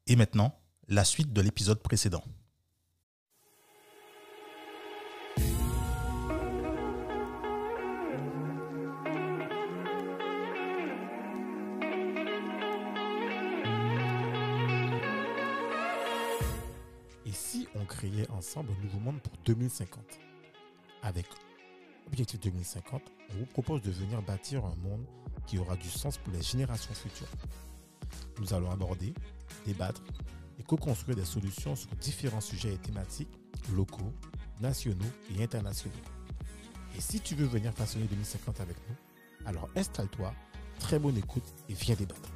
Et maintenant, la suite de l'épisode précédent. Et si on créait ensemble un nouveau monde pour 2050 ? Avec Objectif 2050, on vous propose de venir bâtir un monde qui aura du sens pour les générations futures. Nous allons aborder, débattre et co-construire des solutions sur différents sujets et thématiques locaux, nationaux et internationaux. Et si tu veux venir façonner 2050 avec nous, alors installe-toi, très bonne écoute et viens débattre.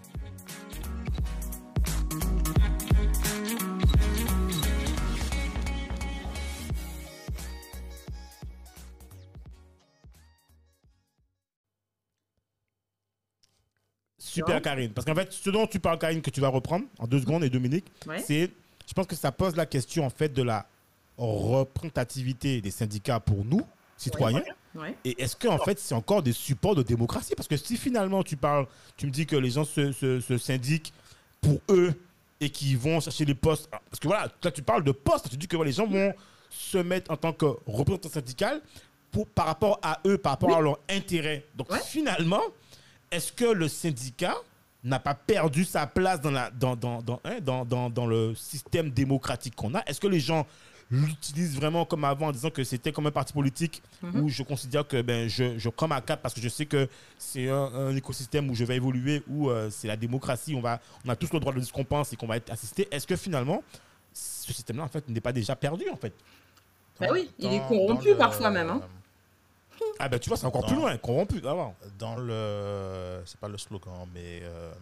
Super Karine, parce qu'en fait, ce dont tu parles Karine, que tu vas reprendre en 2 secondes et Dominique, c'est, je pense que ça pose la question en fait de la représentativité des syndicats pour nous, citoyens, et est-ce qu'en fait c'est encore des supports de démocratie? Parce que si finalement tu me dis que les gens se syndiquent pour eux et qu'ils vont chercher les postes, parce que voilà, là tu parles de postes, tu dis que les gens vont se mettre en tant que représentants syndicaux par rapport à eux, par rapport à leur intérêt. Donc finalement, est-ce que le syndicat n'a pas perdu sa place dans le système démocratique qu'on a? Est-ce que les gens l'utilisent vraiment comme avant en disant que c'était comme un parti politique où je considère que je prends ma carte parce que je sais que c'est un écosystème où je vais évoluer, où c'est la démocratie, on a tous le droit de dire ce qu'on pense et qu'on va être assisté. Est-ce que finalement, ce système-là en fait, n'est pas déjà perdu en fait? Oui, il est corrompu parfois même. Hein. Ah ben tu vois, c'est encore plus loin, corrompu avant. C'est pas le slogan, mais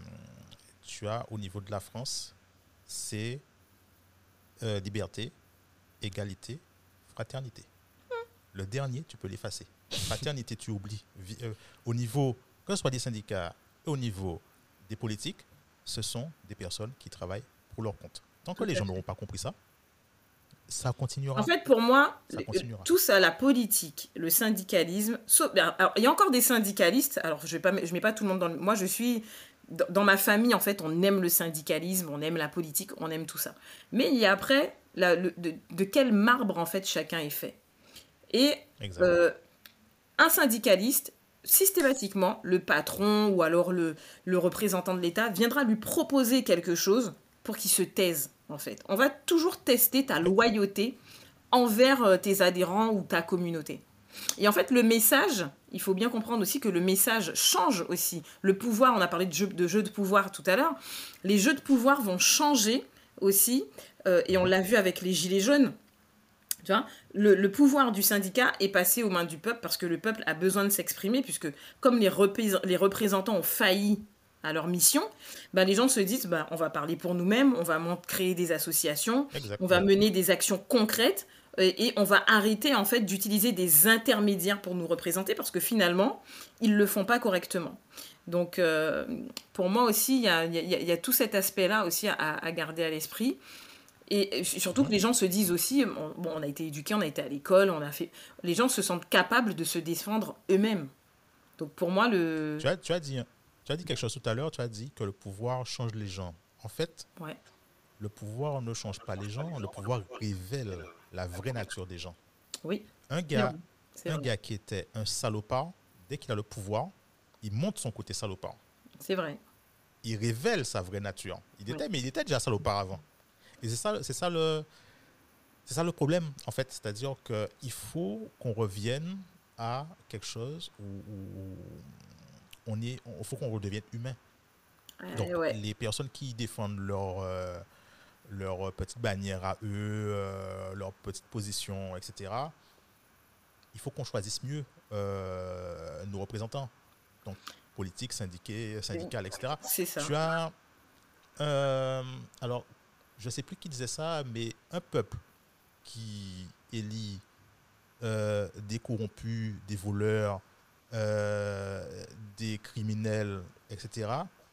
tu as au niveau de la France, c'est liberté, égalité, fraternité. Le dernier, tu peux l'effacer. Fraternité, tu oublies. Au niveau, que ce soit des syndicats, au niveau des politiques, ce sont des personnes qui travaillent pour leur compte. Tant que les gens n'auront pas compris ça, ça continuera. En fait, pour moi, tout ça, la politique, le syndicalisme, alors, il y a encore des syndicalistes, alors je mets pas tout le monde dans moi je suis, dans ma famille, en fait, on aime le syndicalisme, on aime la politique, on aime tout ça. Mais il y a après, de quel marbre, en fait, chacun est fait. Et un syndicaliste, systématiquement, le patron ou alors le représentant de l'État viendra lui proposer quelque chose pour qu'il se taise. En fait, on va toujours tester ta loyauté envers tes adhérents ou ta communauté. Et en fait, le message, il faut bien comprendre aussi que le message change aussi. Le pouvoir, on a parlé de jeux de pouvoir tout à l'heure, les jeux de pouvoir vont changer aussi, et on l'a vu avec les Gilets jaunes. Tu vois, le pouvoir du syndicat est passé aux mains du peuple parce que le peuple a besoin de s'exprimer, puisque comme les représentants ont failli à leur mission, les gens se disent on va parler pour nous-mêmes, on va créer des associations, on va mener des actions concrètes et on va arrêter en fait d'utiliser des intermédiaires pour nous représenter parce que finalement, ils le font pas correctement. Donc pour moi aussi, il y a tout cet aspect-là aussi à garder à l'esprit. Et surtout que les gens se disent aussi, on a été éduqués, on a été à l'école, les gens se sentent capables de se défendre eux-mêmes. Donc pour moi, Tu as dit quelque chose tout à l'heure, tu as dit que le pouvoir change les gens. En fait, le pouvoir ne change pas les gens, le pouvoir révèle la vraie nature des gens. Oui. Un gars qui était un salopard, dès qu'il a le pouvoir, il montre son côté salopard. C'est vrai. Il révèle sa vraie nature. Mais il était déjà salopard avant. Et c'est ça le problème, en fait. C'est-à-dire qu'il faut qu'on revienne à quelque chose où il faut qu'on redevienne humain. Donc, les personnes qui défendent leur petite bannière à eux, leur petite position, etc., il faut qu'on choisisse mieux nos représentants. Donc, politique, syndical, etc. C'est ça. Tu as... alors, je ne sais plus qui disait ça, mais un peuple qui élit des corrompus, des voleurs, des criminels, etc.,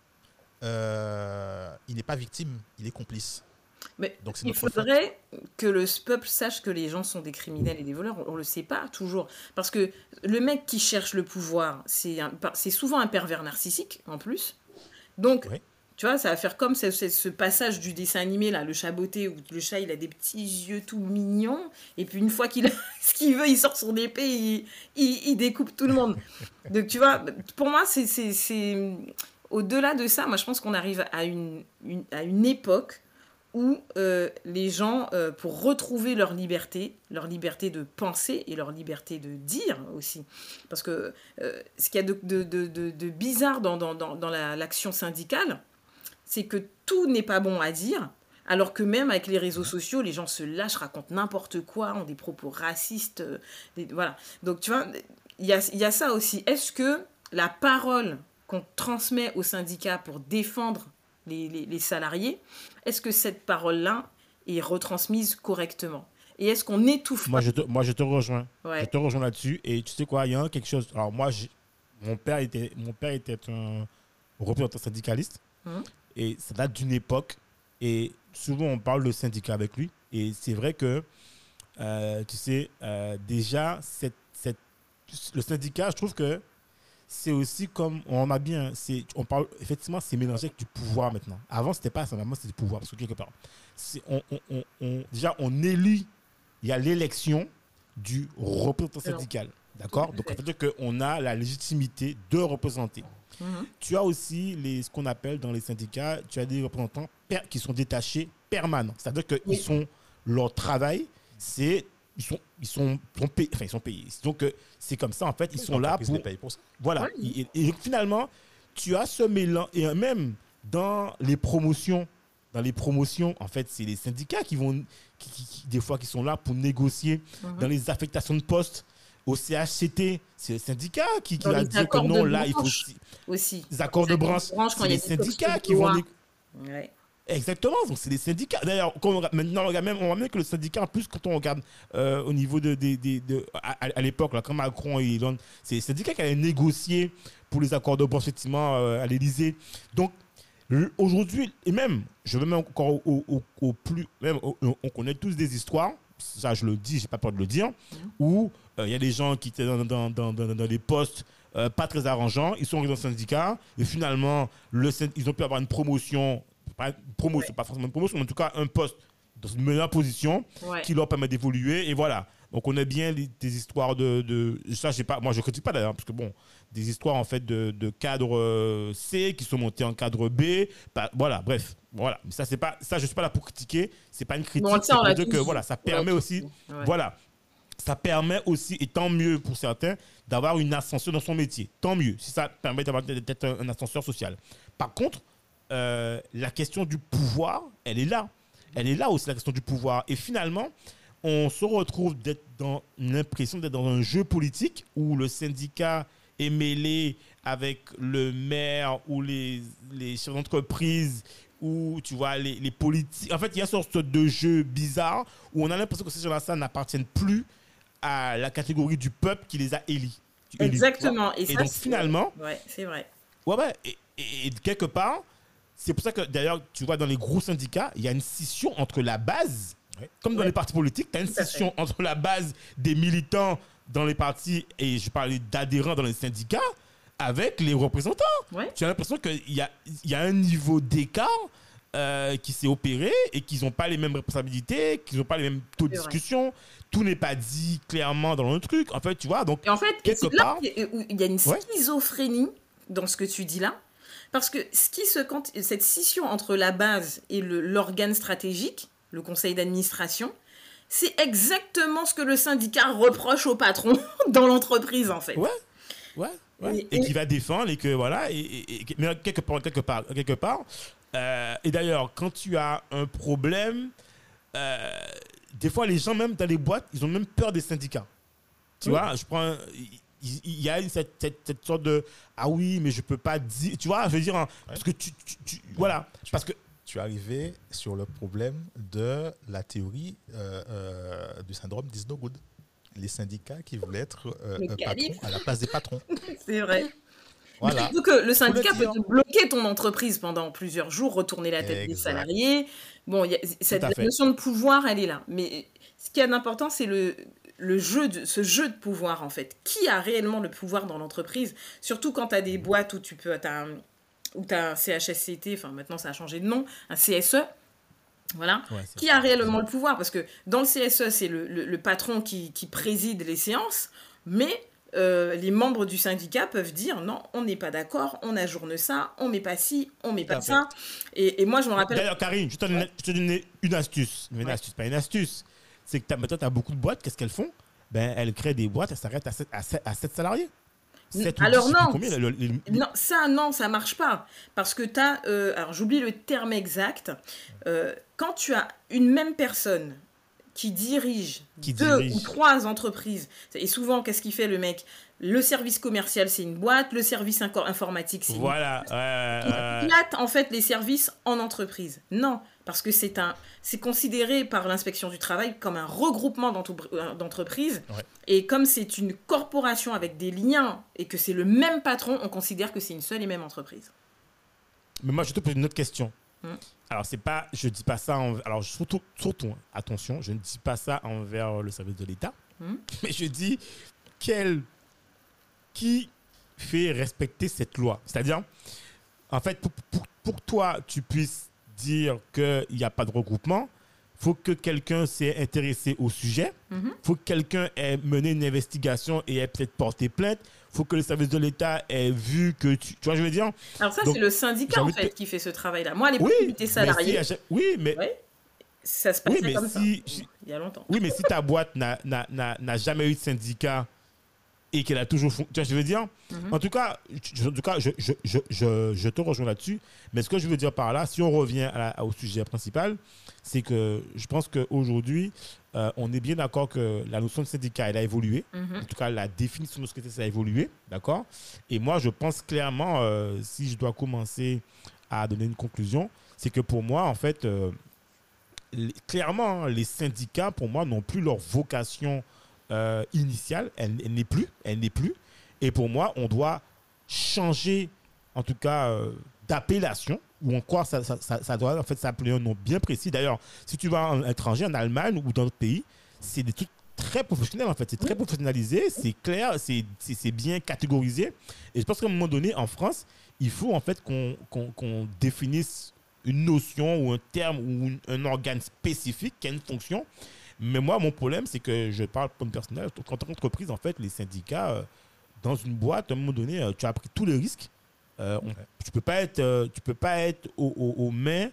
il n'est pas victime, il est complice. Mais donc, il faudrait que le peuple sache que les gens sont des criminels et des voleurs. On ne le sait pas toujours. Parce que le mec qui cherche le pouvoir, c'est souvent un pervers narcissique, en plus. Donc, tu Tu vois, ça va faire comme ce passage du dessin animé, là, le chat botté, où le chat, il a des petits yeux tout mignons, et puis une fois qu'il a ce qu'il veut, il sort son épée, il découpe tout le monde. Donc, tu vois, pour moi, c'est... Au-delà de ça, moi, je pense qu'on arrive à une époque où les gens, pour retrouver leur liberté de penser et leur liberté de dire aussi. Parce que ce qu'il y a de bizarre dans l'action syndicale, c'est que tout n'est pas bon à dire, alors que même avec les réseaux sociaux, les gens se lâchent, racontent n'importe quoi, ont des propos racistes. Voilà. Donc, tu vois, il y a ça aussi. Est-ce que la parole qu'on transmet aux syndicats pour défendre les salariés, est-ce que cette parole-là est retransmise correctement? Et est-ce qu'on étouffe Moi, je te rejoins. Ouais. Je te rejoins là-dessus. Et tu sais quoi, il y a quelque chose... Alors, moi, mon père était un représentant syndicaliste. Et ça date d'une époque. Et souvent, on parle de syndicat avec lui. Et c'est vrai que, tu sais, déjà, le syndicat, je trouve que c'est aussi comme, on a bien, on parle, effectivement, c'est mélangé avec du pouvoir maintenant. Avant, c'était pas ça, maintenant, c'est du pouvoir. Parce que quelque part, déjà, on élit, il y a l'élection du représentant syndical. D'accord? Donc, ça veut dire qu'on a la légitimité de représenter. Tu as aussi ce qu'on appelle dans les syndicats, tu as des représentants qui sont détachés permanents. C'est-à-dire que leur travail, c'est ils sont payés. Donc c'est comme ça en fait, ils sont là pour ça. Voilà. Et finalement, tu as ce mélange et même dans les promotions, en fait, c'est les syndicats qui vont des fois qui sont là pour négocier dans les affectations de postes. Au CHCT, c'est le syndicat qui a dit que non, là, il faut aussi. Les accords de branche, c'est les syndicats qui vont... Ouais. Exactement, donc c'est les syndicats. D'ailleurs, maintenant, on voit même que le syndicat, en plus, quand on regarde au niveau à l'époque, là, quand Macron et Hollande, c'est les syndicats qui allaient négocier pour les accords de branche, effectivement, à l'Élysée. Donc, aujourd'hui, et même, je vais même encore au plus... Même, on connaît tous des histoires, ça je le dis, j'ai pas peur de le dire, où il y a des gens qui étaient dans des postes pas très arrangeants, ils sont arrivés dans le syndicat, et finalement, ils ont pu avoir une promotion, pas forcément une promotion, mais en tout cas un poste dans une meilleure position qui leur permet d'évoluer, et voilà. On connaît bien des histoires ça, je sais pas, moi je critique pas d'ailleurs, parce que bon, des histoires en fait de cadre C qui sont montés en cadre B, voilà, bref, voilà. Mais ça, je suis pas là pour critiquer, c'est pas une critique, c'est pour dire que voilà, ça permet aussi, voilà. Ça permet aussi, et tant mieux pour certains, d'avoir une ascension dans son métier. Tant mieux, si ça permet d'avoir peut-être un ascenseur social. Par contre, la question du pouvoir, elle est là. Elle est là aussi, la question du pouvoir. Et finalement, on se retrouve l'impression d'être dans un jeu politique où le syndicat est mêlé avec le maire ou les chefs d'entreprise ou tu vois les politiques. En fait, il y a une sorte de jeu bizarre où on a l'impression que ces gens-là n'appartiennent plus à la catégorie du peuple qui les a élus. Exactement. Et ça, donc finalement, c'est vrai. Et quelque part, c'est pour ça que d'ailleurs, tu vois, dans les gros syndicats, il y a une scission entre la base, comme dans les partis politiques, tu as une scission entre la base des militants dans les partis, et je parlais d'adhérents dans les syndicats, avec les représentants. Tu as l'impression qu'il y a un niveau d'écart qui s'est opéré et qu'ils n'ont pas les mêmes responsabilités, qu'ils n'ont pas les mêmes taux de discussion. Tout n'est pas dit clairement dans le truc. En fait, tu vois, donc, et en fait, quelque part... il y a une schizophrénie dans ce que tu dis là. Parce que cette scission entre la base et l'organe stratégique, le conseil d'administration, c'est exactement ce que le syndicat reproche au patron dans l'entreprise, en fait. Et qui va défendre et que voilà. Mais quelque part. Et d'ailleurs, quand tu as un problème, des fois, les gens, même dans les boîtes, ils ont même peur des syndicats. Tu vois, il y a cette sorte de ah oui, mais je peux pas dire. Tu vois, je veux dire, parce que voilà. Parce que tu es arrivé sur le problème de la théorie du syndrome d'Is No Good. Les syndicats qui voulaient être patrons à la place des patrons. C'est vrai. Voilà. Surtout que le syndicat peut te bloquer ton entreprise pendant plusieurs jours, retourner la tête des salariés. Bon, cette notion de pouvoir, elle est là. Mais ce qui est important, c'est ce jeu de pouvoir, en fait. Qui a réellement le pouvoir dans l'entreprise? Surtout quand tu as des boîtes où tu peux... où tu as un CHSCT, enfin maintenant ça a changé de nom, un CSE, voilà, qui a réellement le pouvoir. Parce que dans le CSE, c'est le patron qui préside les séances, mais les membres du syndicat peuvent dire non, on n'est pas d'accord, on ajourne ça, on met pas ci, on met pas ça. Et moi, je me rappelle... D'ailleurs, Karine, je te donne une astuce. Une astuce, pas une astuce. C'est que maintenant, tu as beaucoup de boîtes, qu'est-ce qu'elles font? Ben, elles créent des boîtes, elles s'arrêtent à 7 salariés. Alors non, ça marche pas. Parce que tu as, alors j'oublie le terme exact, quand tu as une même personne qui dirige deux ou trois entreprises, et souvent, qu'est-ce qu'il fait le mec? Le service commercial, c'est une boîte, le service informatique, c'est une boîte. Il plate en fait les services en entreprise. Non, parce que c'est considéré par l'inspection du travail comme un regroupement d'entreprises. Ouais. Et comme c'est une corporation avec des liens et que c'est le même patron, on considère que c'est une seule et même entreprise. Mais moi, je te pose une autre question. Alors, je dis pas ça, alors surtout, attention, je ne dis pas ça envers le service de l'État, mais je dis qui fait respecter cette loi. C'est-à-dire, en fait, pour toi, tu puisses dire qu'il n'y a pas de regroupement, il faut que quelqu'un s'est intéressé au sujet, il faut que quelqu'un ait mené une investigation et ait peut-être porté plainte, il faut que le service de l'État ait vu que tu vois, je veux dire. Alors ça, c'est le syndicat, en fait, qui fait ce travail-là. Moi, à l'époque, j'étais salarié. Ça se passait comme ça, il y a longtemps. Oui, mais si ta boîte n'a jamais eu de syndicat et qu'elle a toujours... Tu vois, je veux dire, en tout cas, je te rejoins là-dessus. Mais ce que je veux dire par là, si on revient au sujet principal, c'est que je pense qu'aujourd'hui, on est bien d'accord que la notion de syndicat, elle a évolué. En tout cas, la définition de ce que c'est, ça a évolué. D'accord? Et moi, je pense clairement, si je dois commencer à donner une conclusion, c'est que pour moi, en fait, clairement, les syndicats, pour moi, n'ont plus leur vocation initiale, elle n'est plus. Et pour moi, on doit changer, en tout cas, d'appellation, ou encore ça doit en fait s'appeler un nom bien précis. D'ailleurs, si tu vas à l'étranger, en Allemagne ou dans d'autres pays, c'est des trucs très professionnels en fait. C'est très professionnalisé, c'est clair, c'est bien catégorisé. Et je pense qu'à un moment donné, en France, il faut en fait qu'on définisse une notion ou un terme ou un organe spécifique qui a une fonction. Mais moi, mon problème, c'est que je parle comme personnel. En tant qu'entreprise, en fait, les syndicats, dans une boîte, à un moment donné, tu as pris tous les risques. Tu peux pas être aux mains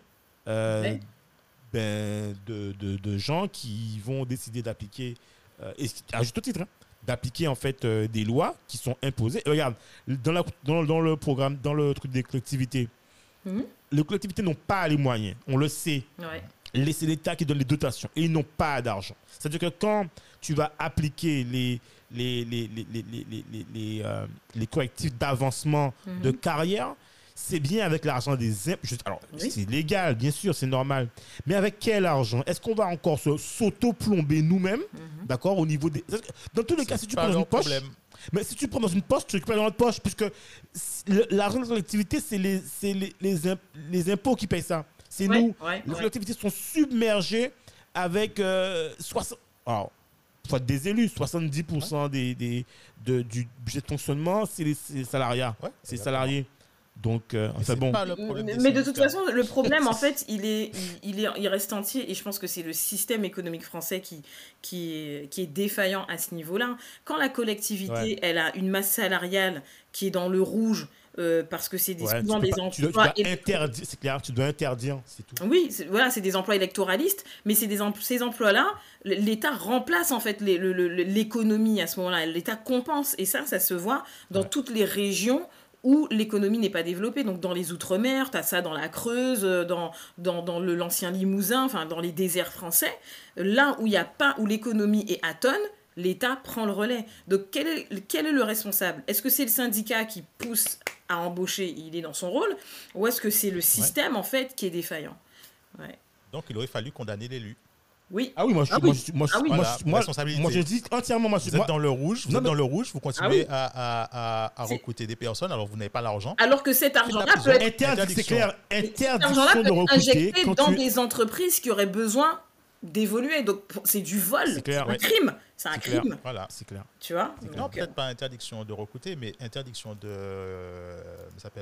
de gens qui vont décider d'appliquer, à juste titre, d'appliquer en fait des lois qui sont imposées. Et regarde, dans le programme, dans le truc des collectivités, les collectivités n'ont pas les moyens, on le sait. Ouais. C'est l'État qui donne les dotations et ils n'ont pas d'argent. C'est-à-dire que quand tu vas appliquer les correctifs d'avancement de carrière, c'est bien avec l'argent des impôts. Alors, c'est légal, bien sûr, c'est normal. Mais avec quel argent? Est-ce qu'on va encore s'auto-plomber nous-mêmes, d'accord, au niveau des... Dans tous les cas, si tu prends dans une poche... Mais si tu prends dans une poche, tu récupères dans notre poche, puisque l'argent de la collectivité, c'est les impôts qui payent ça. C'est nous. Les collectivités sont submergées avec 60... Alors, il faut être des élus. 70% du budget de fonctionnement, c'est les salariats. C'est les salariés. Donc, enfin bon. Mais de toute façon, le problème, en fait, il reste entier. Et je pense que c'est le système économique français qui est défaillant à ce niveau-là. Quand la collectivité, elle a une masse salariale qui est dans le rouge, parce que c'est souvent des emplois... C'est clair, tu dois interdire, c'est tout. Oui, c'est des emplois électoralistes, mais ces emplois-là, l'État remplace en fait l'économie à ce moment-là. L'État compense, et ça se voit dans toutes les régions où l'économie n'est pas développée. Donc dans les Outre-mer, tu as ça dans la Creuse, dans l'ancien Limousin, enfin dans les déserts français. Là où l'économie est atone, l'État prend le relais. Donc quel est le responsable? Est-ce que c'est le syndicat qui pousse à embaucher, il est dans son rôle, ou est-ce que c'est le système en fait qui est défaillant? Donc il aurait fallu condamner l'élu. Oui. Ah oui, moi je dis entièrement. Vous êtes dans le rouge, vous continuez à recruter des personnes, alors vous n'avez pas l'argent. Alors que cet argent-là peut être interdiction de recruter dans des entreprises qui auraient besoin d'évoluer. Donc c'est du vol, c'est un crime. C'est un crime. Voilà, c'est clair. Tu vois? Non, peut-être pas interdiction de recruter, mais interdiction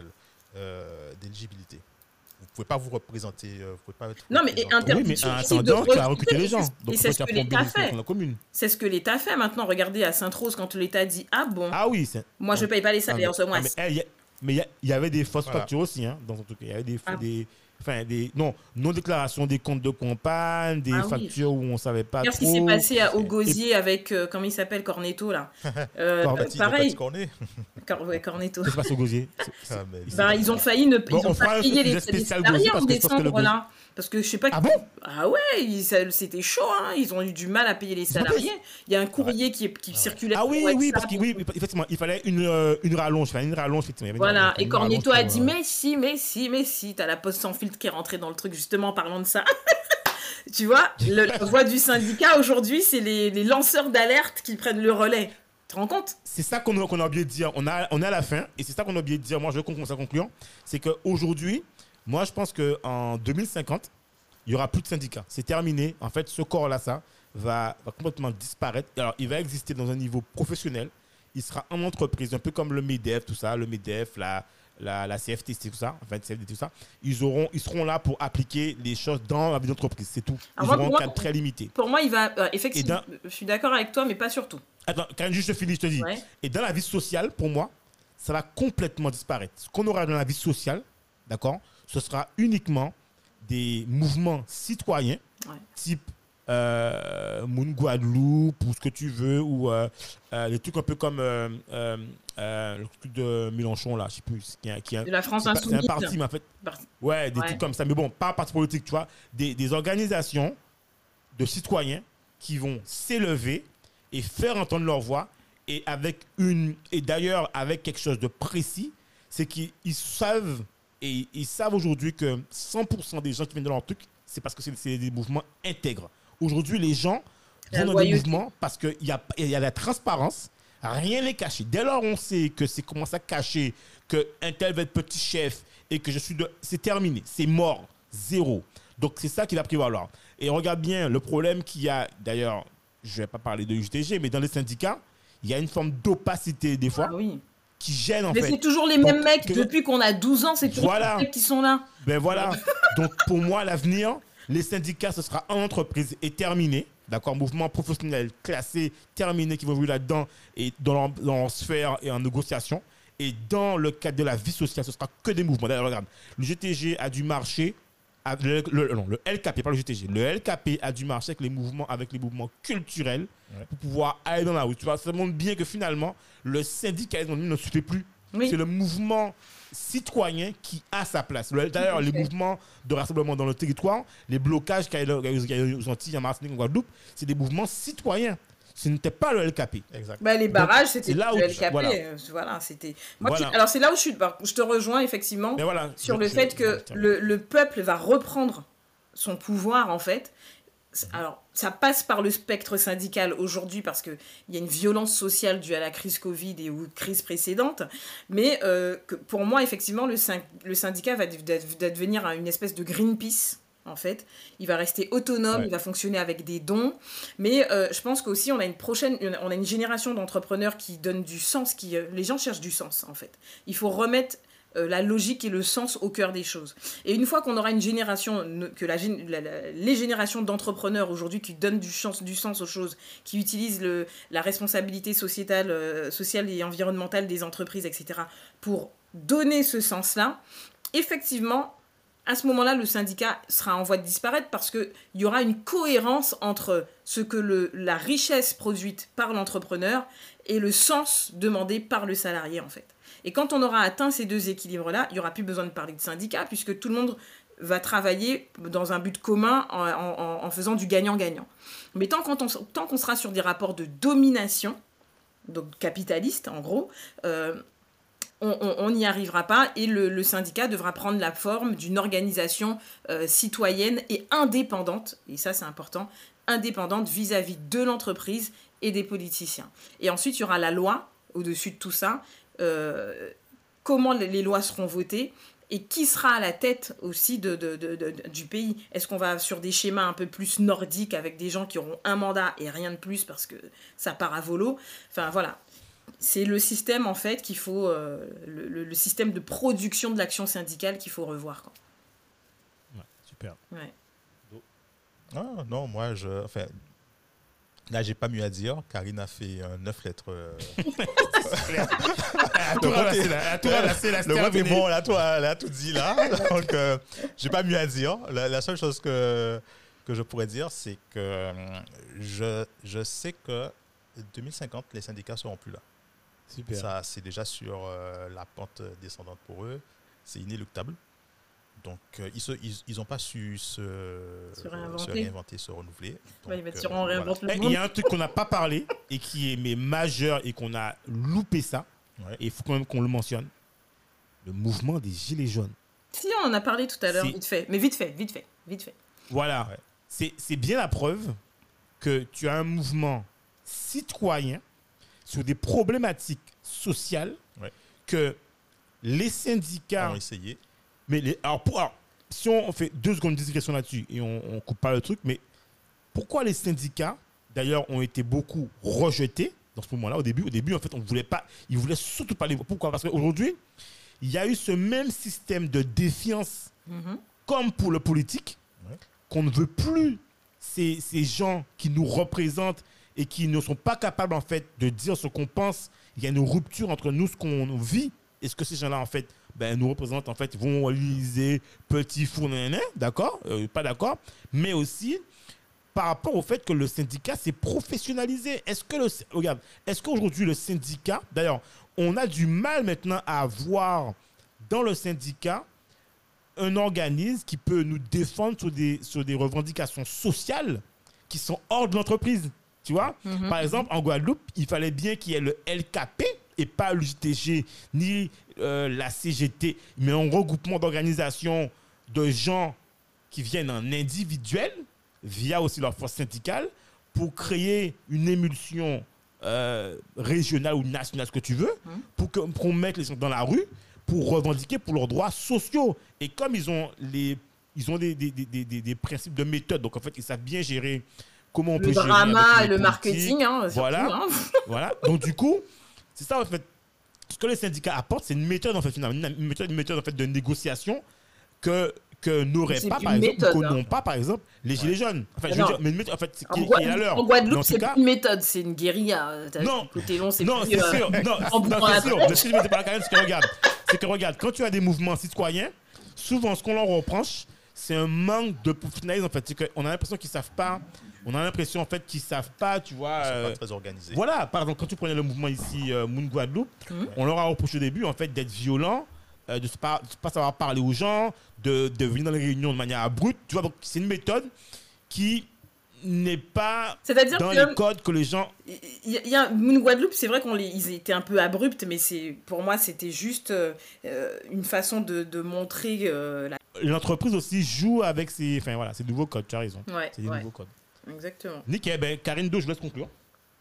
d'éligibilité. Vous ne pouvez pas vous représenter. Vous pouvez pas être non, mais interdiction. Oui, mais en attendant, tu as recruté les gens. Donc, c'est ce que l'État fait. C'est ce que l'État fait maintenant. Regardez à Sainte-Rose, quand l'État dit « Ah bon, moi je ne paye pas les salaires en ce mois. » Mais il y avait des fausses factures aussi. Hein, dans tout cas. Il y avait non-déclaration des comptes de campagne, des factures où on ne savait pas trop. Regarde ce qui s'est passé au Gosier avec, comment il s'appelle, Cornetto, là. Pareil. Cornetto. Qu'est-ce qui se passe au Gosier? Ils ont failli ne pas payer les salariés en décembre, là. Parce que je sais pas. Ah bon? Ah ouais, c'était chaud, hein. Ils ont eu du mal à payer les salariés. Il y a un courrier qui circulait. Ah oui, parce qu'effectivement, il fallait une rallonge. Voilà, et Cornetto a dit mais si, t'as la Poste sans filtre qui est rentrée dans le truc, justement, en parlant de ça. Tu vois, la voix du syndicat aujourd'hui, c'est les lanceurs d'alerte qui prennent le relais. Tu te rends compte? C'est ça qu'on a oublié de dire. On est à la fin, et c'est ça qu'on a oublié de dire. Moi, je commence à conclure. C'est qu'aujourd'hui, moi, je pense qu'en 2050, il n'y aura plus de syndicats. C'est terminé. En fait, ce corps-là, ça va complètement disparaître. Alors, il va exister dans un niveau professionnel. Il sera en entreprise, un peu comme le MEDEF, tout ça, le MEDEF, la CFTC, tout ça, enfin, CFDT, tout ça. Ils seront là pour appliquer les choses dans la vie d'entreprise, c'est tout. Ils auront un cadre très limité. Pour moi, il va... effectivement, je suis d'accord avec toi, mais pas sur tout. Attends, quand juste je finis, je te dis. Ouais. Et dans la vie sociale, pour moi, ça va complètement disparaître. Ce qu'on aura dans la vie sociale, d'accord, ce sera uniquement des mouvements citoyens, type Moon Guadeloupe, ou ce que tu veux, ou des trucs un peu comme le truc de Mélenchon, là, je sais plus. De la France Insoumise. C'est un parti, mais en fait. Ouais, des trucs comme ça. Mais bon, pas un parti politique, tu vois. Des organisations de citoyens qui vont s'élever et faire entendre leur voix, et d'ailleurs avec quelque chose de précis, c'est qu'ils savent, et ils savent aujourd'hui que 100% des gens qui viennent de leur truc, c'est parce que c'est des mouvements intègres. Aujourd'hui, les gens vont dans des mouvements parce qu'il y a la transparence, rien n'est caché. Dès lors, on sait que c'est commencé à cacher qu'un tel va être petit chef et que c'est terminé, c'est mort, zéro. Donc, c'est ça qui va prévaloir. Et regarde bien le problème qu'il y a, d'ailleurs, je ne vais pas parler de UJTG, mais dans les syndicats, il y a une forme d'opacité des fois qui gêne en fait. Mais c'est toujours les mêmes mecs, depuis qu'on a 12 ans, c'est toujours les mecs qui sont là. Ben voilà, donc pour moi, l'avenir, les syndicats, ce sera en entreprise et terminé. D'accord, mouvement professionnel classé, terminé, qui vont jouer là-dedans et dans leur sphère et en négociation. Et dans le cadre de la vie sociale, ce sera que des mouvements. D'ailleurs, regarde, le GTG a dû marcher, le LKP, pas le GTG, le LKP a dû marcher avec les mouvements culturels pour pouvoir aller dans la rue. Tu vois, ça montre bien que finalement, le syndicalisme ne suffit plus. Oui. C'est le mouvement citoyen qui a sa place. D'ailleurs, les mouvements de rassemblement dans le territoire, les blocages qu'il y a aux Antilles, en Martinique, en Guadeloupe, c'est des mouvements citoyens. Ce n'était pas le LKP. Bah, les barrages, c'était le LKP. Voilà, c'était... Alors, c'est là où je te rejoins, effectivement, sur le fait que le peuple va reprendre son pouvoir, en fait. Alors, ça passe par le spectre syndical aujourd'hui parce qu'il y a une violence sociale due à la crise Covid et aux crises précédentes. Mais pour moi, effectivement, le syndicat va devenir une espèce de Greenpeace, en fait. Il va rester autonome, il va fonctionner avec des dons. Mais je pense qu'aussi, on a une génération d'entrepreneurs qui donnent du sens. Les gens cherchent du sens, en fait. Il faut remettre la logique et le sens au cœur des choses. Et une fois qu'on aura une génération, les générations d'entrepreneurs aujourd'hui qui donnent du sens aux choses, qui utilisent la responsabilité sociale et environnementale des entreprises, etc., pour donner ce sens-là, effectivement, à ce moment-là, le syndicat sera en voie de disparaître parce qu'il y aura une cohérence entre ce que la richesse produite par l'entrepreneur et le sens demandé par le salarié, en fait. Et quand on aura atteint ces deux équilibres-là, il n'y aura plus besoin de parler de syndicat puisque tout le monde va travailler dans un but commun en faisant du gagnant-gagnant. Mais tant qu'on sera sur des rapports de domination, donc capitaliste en gros, on n'y arrivera pas et le syndicat devra prendre la forme d'une organisation citoyenne et indépendante, et ça c'est important, indépendante vis-à-vis de l'entreprise et des politiciens. Et ensuite il y aura la loi au-dessus de tout ça, comment les lois seront votées et qui sera à la tête aussi du pays. Est-ce qu'on va sur des schémas un peu plus nordiques avec des gens qui auront un mandat et rien de plus parce que ça part à volo? Enfin voilà. c'est le système, en fait, qu'il faut... le système de production de l'action syndicale qu'il faut revoir, quoi. Ouais, super. Ouais. Ah, non, moi, enfin, là, j'ai pas mieux à dire. Karine a fait 9 lettres. Le web est bon, là, toi, elle a tout dit, là. Donc, j'ai pas mieux à dire. La seule chose que je pourrais dire, c'est que je sais que 2050, les syndicats seront plus là. Super. Ça, c'est déjà sur la pente descendante pour eux. C'est inéluctable. Donc, ils n'ont pas su se réinventer, se renouveler. Donc, il y a un truc qu'on n'a pas parlé et qui est majeur et qu'on a loupé ça. Ouais. Et il faut quand même qu'on le mentionne. Le mouvement des Gilets jaunes. Si, on en a parlé tout à l'heure, vite fait. Mais vite fait. Voilà. Ouais. C'est bien la preuve que tu as un mouvement citoyen sur des problématiques sociales que les syndicats ont essayé. Mais alors, si on fait 2 secondes de discussion là-dessus et on coupe pas le truc, mais pourquoi les syndicats, d'ailleurs, ont été beaucoup rejetés dans ce moment-là, au début, en fait, ils voulaient surtout pas les voir. Pourquoi ? Parce qu'aujourd'hui, il y a eu ce même système de défiance, comme pour le politique, qu'on ne veut plus ces gens qui nous représentent et qui ne sont pas capables, en fait, de dire ce qu'on pense. Il y a une rupture entre nous, ce qu'on vit, et ce que ces gens-là, en fait, nous représentent, en fait, vont liser petit four, d'accord, pas d'accord, mais aussi par rapport au fait que le syndicat s'est professionnalisé. Est-ce qu'aujourd'hui le syndicat, d'ailleurs, on a du mal maintenant à avoir dans le syndicat un organisme qui peut nous défendre sur des revendications sociales qui sont hors de l'entreprise, tu vois. Par exemple, en Guadeloupe, il fallait bien qu'il y ait le LKP et pas l'UJTG ni la CGT, mais un regroupement d'organisations de gens qui viennent en individuel via aussi leur force syndicale pour créer une émulsion régionale ou nationale, ce que tu veux, pour qu'on mette les gens dans la rue pour revendiquer pour leurs droits sociaux. Et comme ils ont des principes de méthode, donc en fait, ils savent bien gérer comment on peut gérer le drama et le marketing, voilà. Voilà. Donc du coup, c'est ça en fait. Ce que les syndicats apportent, c'est une méthode en fait finalement, une méthode en fait de négociation que n'auraient pas par exemple, ou que n'ont pas par exemple les gilets jaunes. Enfin, je veux dire, mais une méthode en fait qui est la leur. En Guadeloupe, c'est pas une méthode, c'est une guérilla. Non, côté long, c'est non, c'est sûr. Non, c'est sûr. Mais ce que je me dis par la carrière, c'est que regarde, quand tu as des mouvements citoyens, souvent ce qu'on leur reproche, c'est un manque de professionnalisme en fait. C'est qu'on a l'impression qu'ils savent pas. On a l'impression en fait qu'ils savent pas, tu vois. Ils sont pas très organisés. Voilà, par exemple, quand tu prenais le mouvement ici, Moon Guadeloupe, on leur a reproché au début en fait d'être violents, de ne pas savoir parler aux gens, de venir dans les réunions de manière abrupte. Tu vois, donc c'est une méthode qui n'est pas dans les codes que les gens. Il y a Moon Guadeloupe, c'est vrai qu'ils étaient un peu abrupts, mais pour moi c'était juste une façon de montrer L'entreprise aussi joue avec ces nouveaux codes. Tu as raison. Ouais, c'est des nouveaux codes. Exactement. Nickel. Karine Do, je laisse conclure.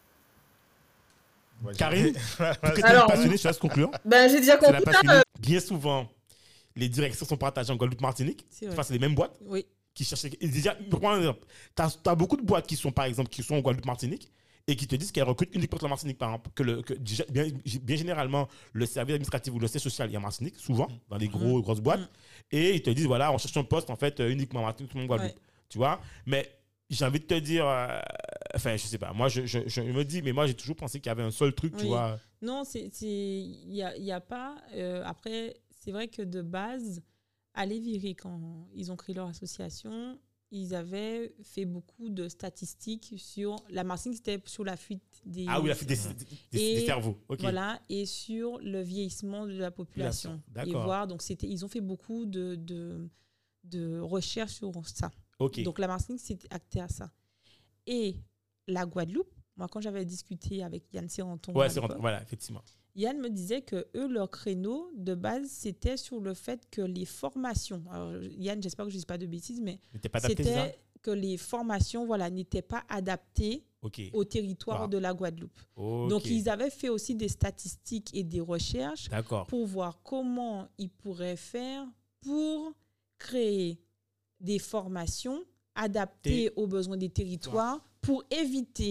Ouais, Karine, tu es passionnée, je te laisse conclure. J'ai déjà compris. Bien souvent, les directions sont partagées en Guadeloupe-Martinique. C'est les mêmes boîtes. Oui. Qui cherchent. Déjà, prends un exemple. Tu as beaucoup de boîtes qui sont, par exemple, qui sont en Guadeloupe-Martinique et qui te disent qu'elles recrutent uniquement pour la Martinique, par exemple. Bien généralement, le service administratif ou le siège social est en Martinique, souvent, dans les grosses boîtes. Et ils te disent, voilà, on cherche un poste, en fait, uniquement en Martinique, tout le monde en Guadeloupe. Ouais. Tu vois. Mais j'ai envie de te dire, je sais pas, moi je me dis, mais moi j'ai toujours pensé qu'il y avait un seul truc, tu vois. Non, il y a pas. Après, c'est vrai que de base, à Léviry, quand ils ont créé leur association, ils avaient fait beaucoup de statistiques sur la Martinique, c'était sur la fuite des. Ah oui, la fuite des cerveaux. Okay. Voilà, et sur le vieillissement de la population. D'accord. Et voir, donc ils ont fait beaucoup de recherches sur ça. Okay. Donc, la Martinique s'est actée à ça. Et la Guadeloupe, moi, quand j'avais discuté avec Yann Siranton, voilà, effectivement. Yann me disait que eux, leur créneau, de base, c'était sur le fait que les formations... Alors, Yann, j'espère que je ne dis pas de bêtises, mais c'était que les formations n'étaient pas adaptées au territoire de la Guadeloupe. Donc, ils avaient fait aussi des statistiques et des recherches pour voir comment ils pourraient faire pour créer des formations adaptées aux besoins des territoires pour éviter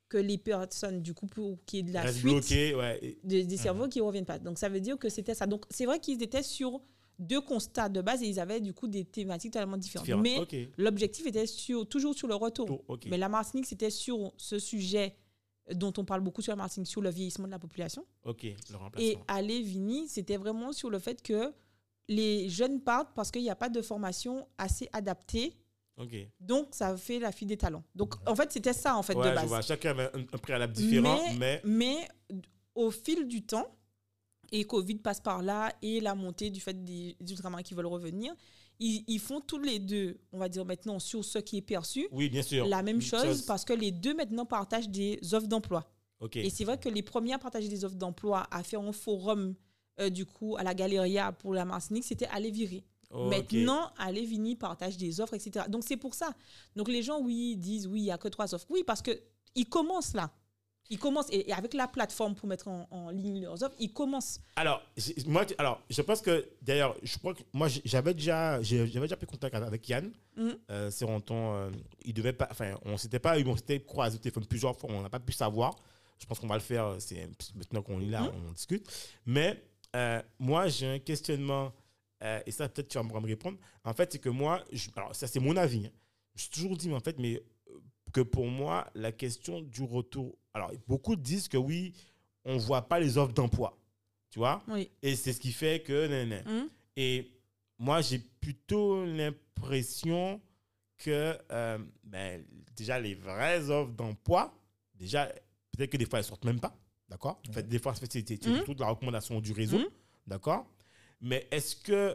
que les personnes, du coup, pour qu'il y ait de la fuite des cerveaux qui ne reviennent pas. Donc, ça veut dire que c'était ça. Donc, c'est vrai qu'ils étaient sur 2 constats de base et ils avaient, du coup, des thématiques totalement différentes. Mais l'objectif était toujours sur le retour. Mais la Martinique, c'était sur ce sujet dont on parle beaucoup sur la Martinique, sur le vieillissement de la population. Le remplacement. Et à Lévigny, c'était vraiment sur le fait que les jeunes partent parce qu'il n'y a pas de formation assez adaptée. Donc, ça fait la fuite des talents. Donc, en fait, c'était ça, en fait, de base. Je vois. Chacun avait un préalable différent, mais au fil du temps, et Covid passe par là, et la montée du fait des ultramarins qui veulent revenir, ils font tous les deux, on va dire maintenant, sur ce qui est perçu, bien sûr. la même chose, parce que les deux, maintenant, partagent des offres d'emploi. Et c'est vrai que les premiers à partager des offres d'emploi, à faire un forum, du coup, à la Galéria pour la Martinique, c'était à Léviry. Maintenant, à Lévigny partage des offres, etc. Donc, c'est pour ça. Donc, les gens, disent, il n'y a que 3 offres. Oui, parce qu'ils commencent là. Ils commencent, et avec la plateforme pour mettre en ligne leurs offres, ils commencent. Alors, je pense que, d'ailleurs, je crois que moi, j'avais déjà pris contact avec Yann. C'est il devait pas, on s'était croisé au téléphone plusieurs fois, on n'a pas pu savoir. Je pense qu'on va le faire, c'est maintenant qu'on est là, on discute. Mais moi, j'ai un questionnement. Et ça, peut-être tu vas me répondre. En fait, c'est que moi, alors ça, c'est mon avis. Hein. Je suis toujours dit, que pour moi, la question du retour. Alors, beaucoup disent que oui, on ne voit pas les offres d'emploi. Tu vois ? Oui. Et c'est ce qui fait que. Et moi, j'ai plutôt l'impression que déjà, les vraies offres d'emploi, déjà, peut-être que des fois, elles ne sortent même pas. D'accord ? En fait, des fois, c'est plutôt de la recommandation du réseau. D'accord ? Mais est-ce que,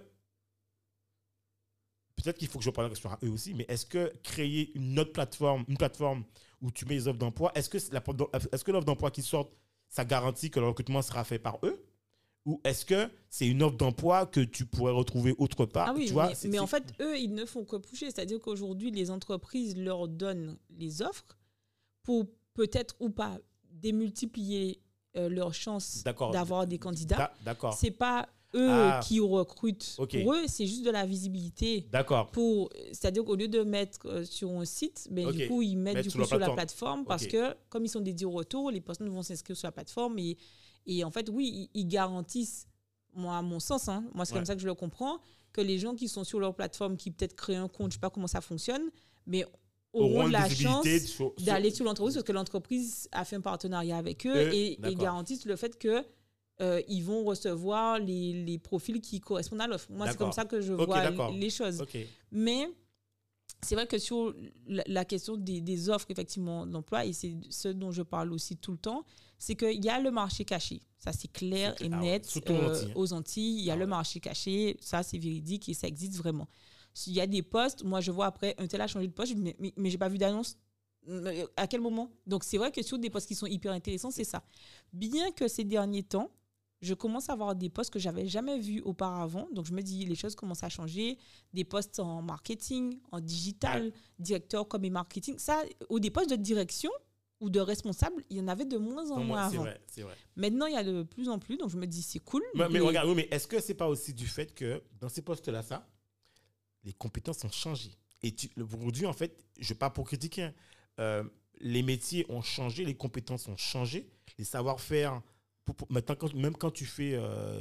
peut-être qu'il faut que je parle la question à eux aussi, mais est-ce que créer une plateforme où tu mets les offres d'emploi, est-ce que l'offre d'emploi qui sort, ça garantit que le recrutement sera fait par eux? Ou est-ce que c'est une offre d'emploi que tu pourrais retrouver autre part? Ah oui, mais en fait, eux, ils ne font que pousser. C'est-à-dire qu'aujourd'hui, les entreprises leur donnent les offres pour peut-être ou pas démultiplier leurs chances d'avoir des candidats. D'accord. C'est pas eux qui recrutent. Pour eux, c'est juste de la visibilité. C'est-à-dire qu'au lieu de mettre sur un site, du coup, ils mettent sur la plateforme parce que, comme ils sont dédiés au retour, les personnes vont s'inscrire sur la plateforme et en fait, oui, ils garantissent, moi, à mon sens, moi, c'est comme ça que je le comprends, que les gens qui sont sur leur plateforme, qui peut-être créent un compte, je ne sais pas comment ça fonctionne, mais auront la chance d'aller sur l'entreprise parce que l'entreprise a fait un partenariat avec eux et garantissent le fait que ils vont recevoir les profils qui correspondent à l'offre. Moi, c'est comme ça que je vois les choses. Mais c'est vrai que sur la question des offres, effectivement, d'emploi, et c'est ce dont je parle aussi tout le temps, c'est qu'il y a le marché caché. Ça, c'est clair et net. Aux Antilles, il y a le marché caché. Ça, c'est véridique et ça existe vraiment. S'il y a des postes, moi, je vois après, un tel a changé de poste, mais je n'ai pas vu d'annonce. À quel moment? Donc, c'est vrai que sur des postes qui sont hyper intéressants, c'est ça. Bien que ces derniers temps, je commence à avoir des postes que je n'avais jamais vus auparavant. Donc, je me dis, les choses commencent à changer. Des postes en marketing, en digital, directeur comme et marketing. Ça, ou des postes de direction ou de responsable, il y en avait de moins en moins avant. C'est vrai. Maintenant, il y a de plus en plus. Donc, je me dis, c'est cool. Mais regarde, mais est-ce que ce n'est pas aussi du fait que dans ces postes-là, les compétences ont changé? Et aujourd'hui, en fait, je ne vais pas pour critiquer, les métiers ont changé, les compétences ont changé, les savoir-faire. Maintenant, même quand tu fais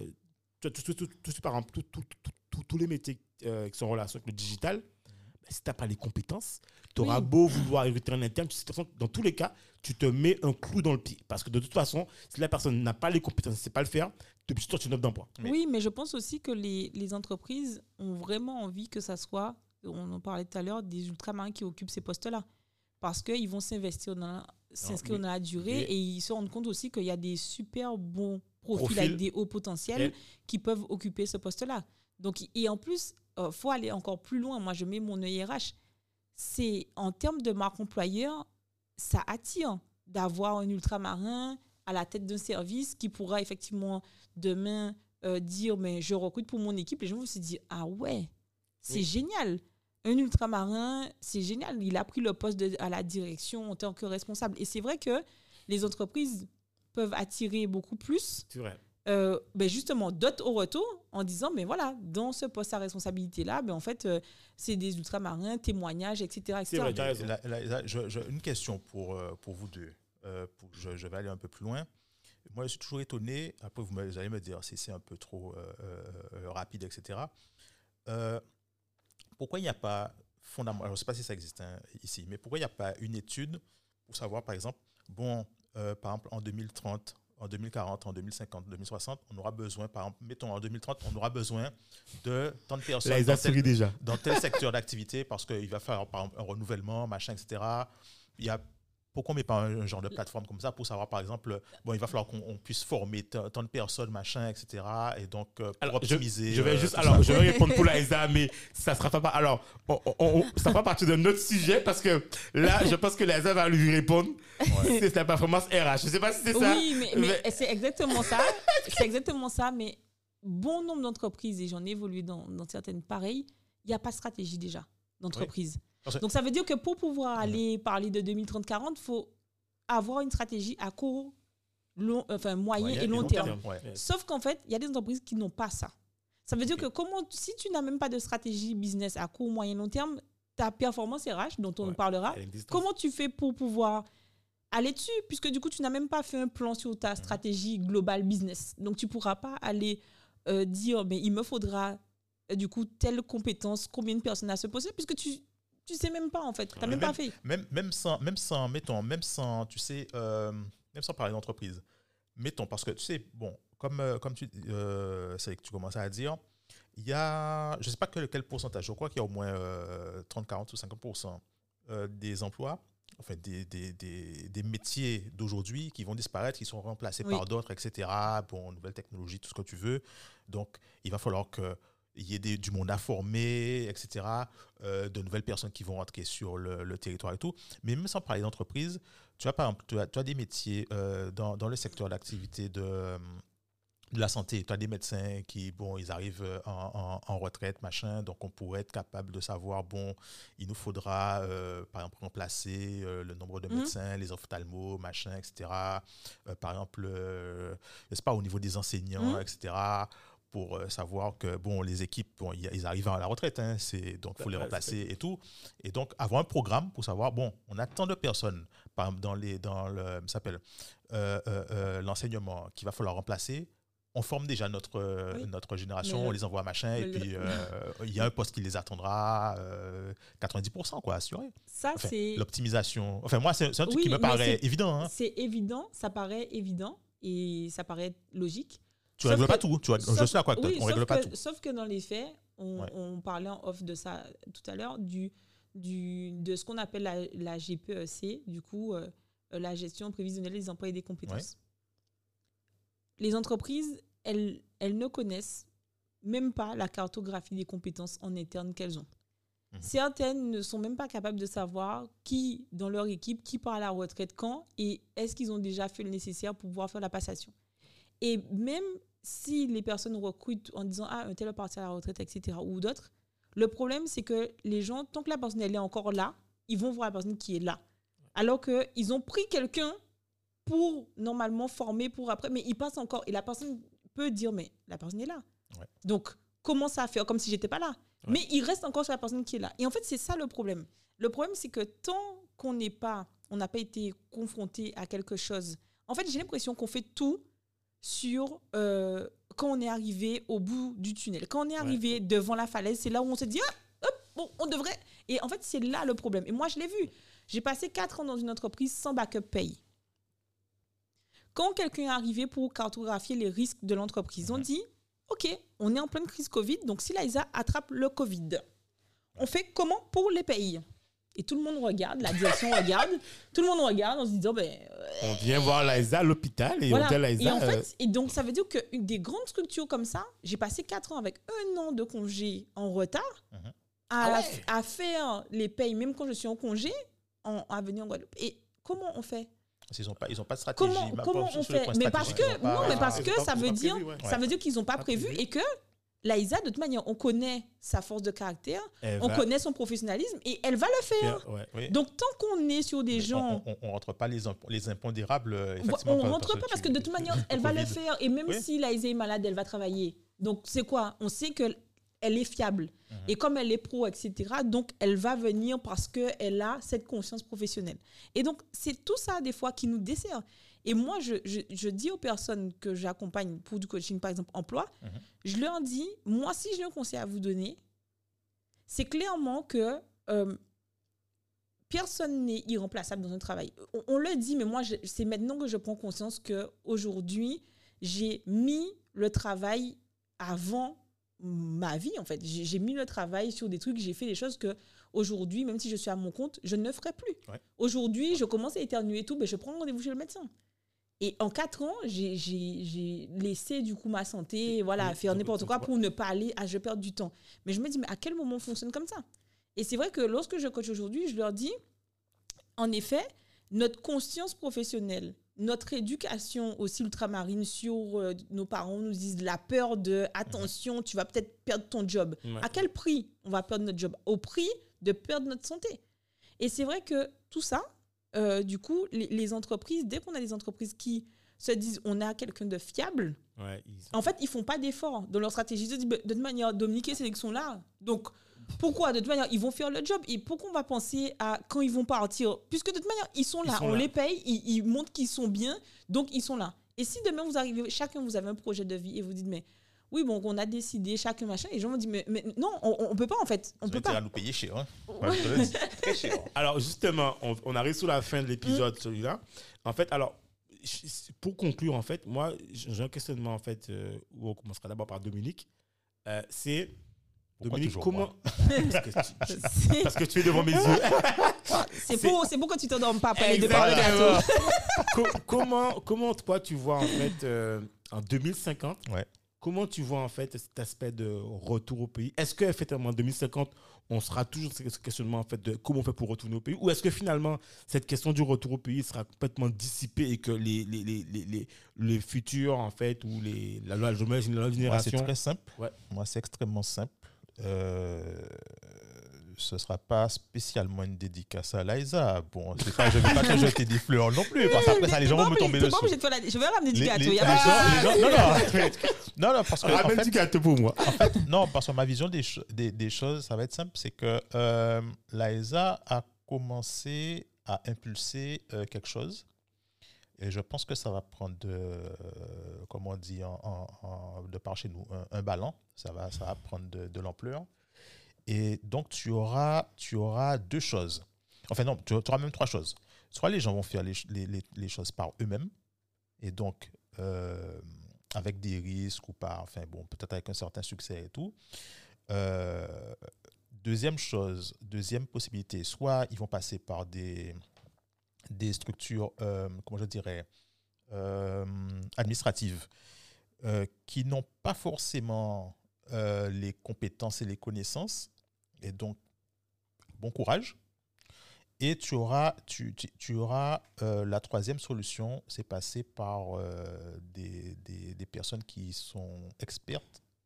tous les métiers qui sont en relation avec le digital, si tu n'as pas les compétences, tu auras beau vouloir recruter en interne, dans tous les cas, tu te mets un clou dans le pied. Parce que de toute façon, si la personne n'a pas les compétences, ne sait pas le faire, tu es une offre d'emploi. Oui, mais je pense aussi que les entreprises ont vraiment envie que ça soit, on en parlait tout à l'heure, des ultramarins qui occupent ces postes-là. Parce qu'ils vont s'inscrire dans la durée et ils se rendent compte aussi qu'il y a des super bons profils avec des hauts potentiels qui peuvent occuper ce poste-là. Donc, et en plus, il faut aller encore plus loin. Moi, je mets mon œil RH. C'est, en termes de marque employeur, ça attire d'avoir un ultramarin à la tête d'un service qui pourra effectivement demain dire mais je recrute pour mon équipe. Les gens vont se dire ah ouais, c'est génial. Un ultramarin, c'est génial. Il a pris le poste à la direction en tant que responsable. Et c'est vrai que les entreprises peuvent attirer beaucoup plus. C'est vrai. Justement, d'autres au retour en disant, mais voilà, dans ce poste à responsabilité-là, en fait, c'est des ultramarins, témoignages, etc. C'est vrai, tu as raison. Une question pour vous deux. je vais aller un peu plus loin. Moi, je suis toujours étonné. Après, vous allez me dire si c'est un peu trop rapide, etc. Pourquoi il n'y a pas fondamentalement, je ne sais pas si ça existe ici, mais pourquoi il n'y a pas une étude pour savoir, par exemple, par exemple, en 2030, en 2040, en 2050, en 2060, on aura besoin, par exemple, mettons en 2030, on aura besoin de tant de personnes dans tel secteur d'activité parce qu'il va falloir, par exemple, un renouvellement, machin, etc. Pourquoi on ne met pas un genre de plateforme comme ça pour savoir, par exemple, il va falloir qu'on puisse former tant de personnes, machin, etc. Et donc, pour optimiser. Je vais répondre pour l'AESA, mais ça ne sera pas. Alors, ça fera partie d'un autre sujet parce que là, je pense que l'AESA va lui répondre. Ouais. C'est la performance RH. Je ne sais pas si c'est ça. Oui, mais c'est exactement ça. C'est exactement ça. Mais bon nombre d'entreprises, et j'en ai évolué dans certaines pareilles, il n'y a pas de stratégie déjà d'entreprise. Oui. Donc, ça veut dire que pour pouvoir aller parler de 2030-40, il faut avoir une stratégie à court, moyen et long terme. Ouais. Sauf qu'en fait, il y a des entreprises qui n'ont pas ça. Ça veut dire que si tu n'as même pas de stratégie business à court, moyen et long terme, ta performance RH, dont on parlera, comment tu fais pour pouvoir aller dessus? Puisque du coup, tu n'as même pas fait un plan sur ta stratégie globale business. Donc, tu ne pourras pas aller dire, mais il me faudra du coup telle compétence, combien de personnes à se poser, puisque tu sais même pas en fait, tu n'as même pas fait. Même sans parler d'entreprise, mettons, parce que tu sais, comme tu commençais à dire, il y a, je ne sais pas quel pourcentage, je crois qu'il y a au moins 30, 40 ou 50% des emplois, enfin des métiers d'aujourd'hui qui vont disparaître, qui sont remplacés par d'autres, etc. Nouvelles technologies, tout ce que tu veux. Donc, il va falloir qu'il y ait du monde à former, etc., de nouvelles personnes qui vont rentrer sur le territoire et tout. Mais même sans parler d'entreprise, tu vois, par exemple, tu as des métiers dans le secteur d'activité de la santé. Tu as des médecins qui, ils arrivent en retraite, machin, donc on pourrait être capable de savoir, il nous faudra, par exemple, remplacer le nombre de médecins, les ophtalmos, machin, etc. Par exemple, je sais pas, au niveau des enseignants, etc., pour savoir que les équipes, ils arrivent à la retraite, donc il faut les remplacer et tout. Et donc, avoir un programme pour savoir, on a tant de personnes, par exemple, l'enseignement qu'il va falloir remplacer. On forme déjà notre génération, on les envoie machin, et puis il y a un poste qui les attendra, 90%, quoi, assuré. Ça, c'est... L'optimisation. Enfin, moi, c'est un truc qui me paraît évident. C'est évident, ça paraît évident, et ça paraît logique. Tu ne règles pas tout, je suis d'accord avec toi, on ne règle pas tout. Sauf que dans les faits, on parlait en off de ça tout à l'heure, de ce qu'on appelle la GPEC, du coup, la gestion prévisionnelle des emplois et des compétences. Les entreprises, elles ne connaissent même pas la cartographie des compétences en interne qu'elles ont. Certaines ne sont même pas capables de savoir qui, dans leur équipe, qui part à la retraite quand et est-ce qu'ils ont déjà fait le nécessaire pour pouvoir faire la passation. Et même si les personnes recrutent en disant « Ah, un tel est parti à la retraite, etc. » ou d'autres, le problème, c'est que les gens, tant que la personne elle est encore là, ils vont voir la personne qui est là. Alors qu'ils ont pris quelqu'un pour normalement former pour après, mais il passe encore. Et la personne peut dire « Mais la personne est là. Ouais. Donc, comment ça faire comme si je n'étais pas là ?» Ouais. Mais il reste encore sur la personne qui est là. Et en fait, c'est ça le problème. Le problème, c'est que tant qu'on n'a pas été confronté à quelque chose, en fait, j'ai l'impression qu'on fait tout sur quand on est arrivé au bout du tunnel. Quand on est arrivé devant la falaise, c'est là où on se dit on devrait... Et en fait, c'est là le problème. Et moi, je l'ai vu. J'ai passé 4 ans dans une entreprise sans backup paye. Quand quelqu'un est arrivé pour cartographier les risques de l'entreprise, on dit OK, on est en pleine crise Covid, donc si l'AESA attrape le Covid, on fait comment pour les pays ? Et tout le monde regarde, la direction regarde, tout le monde regarde en se disant on vient voir l'AESA à l'hôpital et voilà. On dit à l'AESA. Et en fait, et donc ça veut dire qu'une des grandes structures comme ça, j'ai passé 4 ans avec 1 an de congé en retard à faire les payes, même quand je suis en congé, à venir en Guadeloupe. Et comment on fait ? Ils n'ont pas de stratégie. Comment on fait ? Mais parce que ça veut dire qu'ils n'ont pas prévu et que l'AESA, de toute manière, on connaît sa force de caractère, on connaît son professionnalisme et elle va le faire. Donc, tant qu'on est sur des gens... On ne rentre pas les impondérables. On ne rentre pas parce que de toute manière, elle va le faire. Et même si l'AESA est malade, elle va travailler. Donc, c'est quoi ? On sait que elle est fiable. Et comme elle est pro, etc., donc elle va venir parce qu'elle a cette conscience professionnelle. Et donc, c'est tout ça, des fois, qui nous dessert. Et moi, je dis aux personnes que j'accompagne pour du coaching, par exemple, emploi, je leur dis, moi, si j'ai un conseil à vous donner, c'est clairement que personne n'est irremplaçable dans un travail. On le dit, mais moi, c'est maintenant que je prends conscience qu'aujourd'hui, j'ai mis le travail avant ma vie, en fait. J'ai mis le travail sur des trucs, j'ai fait des choses que aujourd'hui, même si je suis à mon compte, je ne ferai plus. Ouais. Aujourd'hui, je commence à éternuer et tout, je prends rendez-vous chez le médecin. Et en 4 ans, j'ai laissé du coup ma santé, voilà, faire n'importe quoi pour ne pas aller je perds du temps. Mais je me dis, mais à quel moment on fonctionne comme ça? Et c'est vrai que lorsque je coach aujourd'hui, je leur dis, en effet, notre conscience professionnelle, notre éducation aussi ultramarine sur nos parents nous disent la peur de attention, tu vas peut-être perdre ton job. Ouais. À quel prix on va perdre notre job? Au prix de perdre notre santé. Et c'est vrai que tout ça, du coup, les entreprises, dès qu'on a des entreprises qui se disent on a quelqu'un de fiable, en fait, ils ne font pas d'efforts dans leur stratégie. Ils se disent de toute manière, Dominique et Cédric sont là. Donc, pourquoi? De toute manière, ils vont faire le job. Et pourquoi on va penser à quand ils vont partir? Puisque de toute manière, ils sont là. On les paye, ils montrent qu'ils sont bien, donc ils sont là. Et si demain, vous arrivez, chacun, vous avez un projet de vie et vous dites, mais oui, bon, on a décidé, chacun machin, et les gens vont dire, mais non, on peut pas en fait. On peut pas. Ça va nous payer cher. Hein. Ouais. Très cher. Alors justement, on arrive sur la fin de l'épisode, celui-là. En fait, alors, pour conclure, en fait, moi, j'ai un questionnement, en fait, où on commencera d'abord par Dominique. C'est... Pourquoi Dominique, comment... Parce que tu es devant mes yeux. C'est beau que tu t'endormes pas après les départs de gâteau. Comment toi, tu vois, en fait, en 2050, comment tu vois, en fait, cet aspect de retour au pays? Est-ce qu'effectivement, en 2050, on sera toujours ce questionnement, en fait, de comment on fait pour retourner au pays? Ou est-ce que finalement, cette question du retour au pays sera complètement dissipée et que les futurs, en fait, ou la génération... C'est très simple. Ouais. Moi, c'est extrêmement simple. Ce ne sera pas spécialement une dédicace à Liza. Bon, je ne vais pas te jeter des fleurs non plus, parce qu'après ça, les gens vont me tomber dessus. Je vais ramener du gâteau. Non, parce que... Ramène du gâteau pour moi. En fait, non, parce que ma vision des choses, ça va être simple, c'est que Liza a commencé à impulser quelque chose. Et je pense que ça va prendre, comme on dit de par chez nous, un ballon. Ça va prendre de l'ampleur. Et donc, tu auras 2 choses. Enfin, non, tu auras même 3 choses. Soit les gens vont faire les choses par eux-mêmes, et donc avec des risques ou pas, enfin, bon, peut-être avec un certain succès et tout. Deuxième possibilité, soit ils vont passer par des structures, comment je dirais, administratives, qui n'ont pas forcément les compétences et les connaissances, et donc bon courage. Et tu auras la troisième solution, c'est passer par des personnes qui sont experts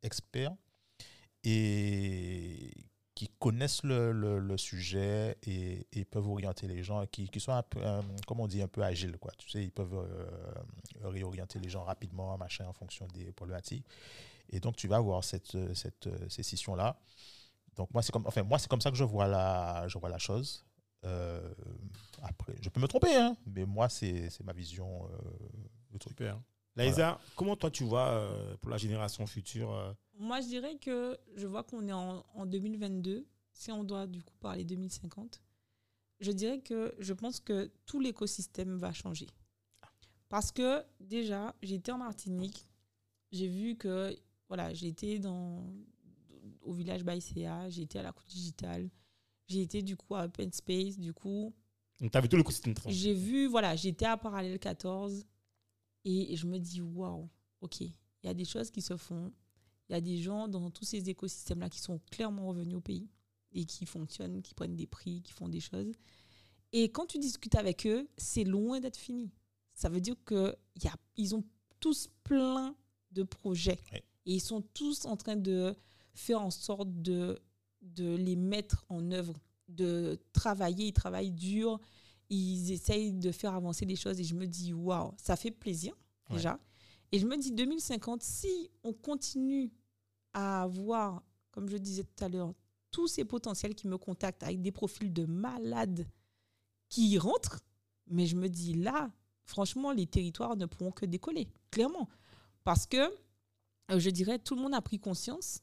et qui connaissent le sujet et peuvent orienter les gens, qui sont un peu, comme on dit, un peu agiles, quoi. Tu sais, ils peuvent réorienter les gens rapidement, machin, en fonction des problématiques. Et donc, tu vas avoir cette scission-là. Donc, moi, c'est comme ça que je vois la chose. Après, je peux me tromper, hein, mais moi, c'est ma vision du truc. Super. Liza, comment toi, tu vois pour la génération future Moi, je dirais que je vois qu'on est en 2022. Si on doit, du coup, parler 2050, je dirais que je pense que tout l'écosystème va changer. Parce que, déjà, j'ai été en Martinique. J'ai vu que, voilà, j'ai été au village Baïséa, j'ai été à la Coupe Digitale, j'ai été, du coup, à Open Space, du coup... Donc, tu as vu tout l'écosystème. J'ai vu, voilà, j'étais à Parallèle 14 et je me dis, waouh, ok, il y a des choses qui se font. Il y a des gens dans tous ces écosystèmes-là qui sont clairement revenus au pays et qui fonctionnent, qui prennent des prix, qui font des choses. Et quand tu discutes avec eux, c'est loin d'être fini. Ça veut dire qu'ils ont tous plein de projets. Oui. Et ils sont tous en train de faire en sorte de les mettre en œuvre, de travailler. Ils travaillent dur, ils essayent de faire avancer les choses. Et je me dis, waouh, ça fait plaisir déjà. Et je me dis, 2050, si on continue à avoir comme je disais tout à l'heure, tous ces potentiels qui me contactent avec des profils de malades qui y rentrent, mais je me dis là, franchement, les territoires ne pourront que décoller, clairement. Parce que, je dirais, tout le monde a pris conscience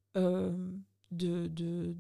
du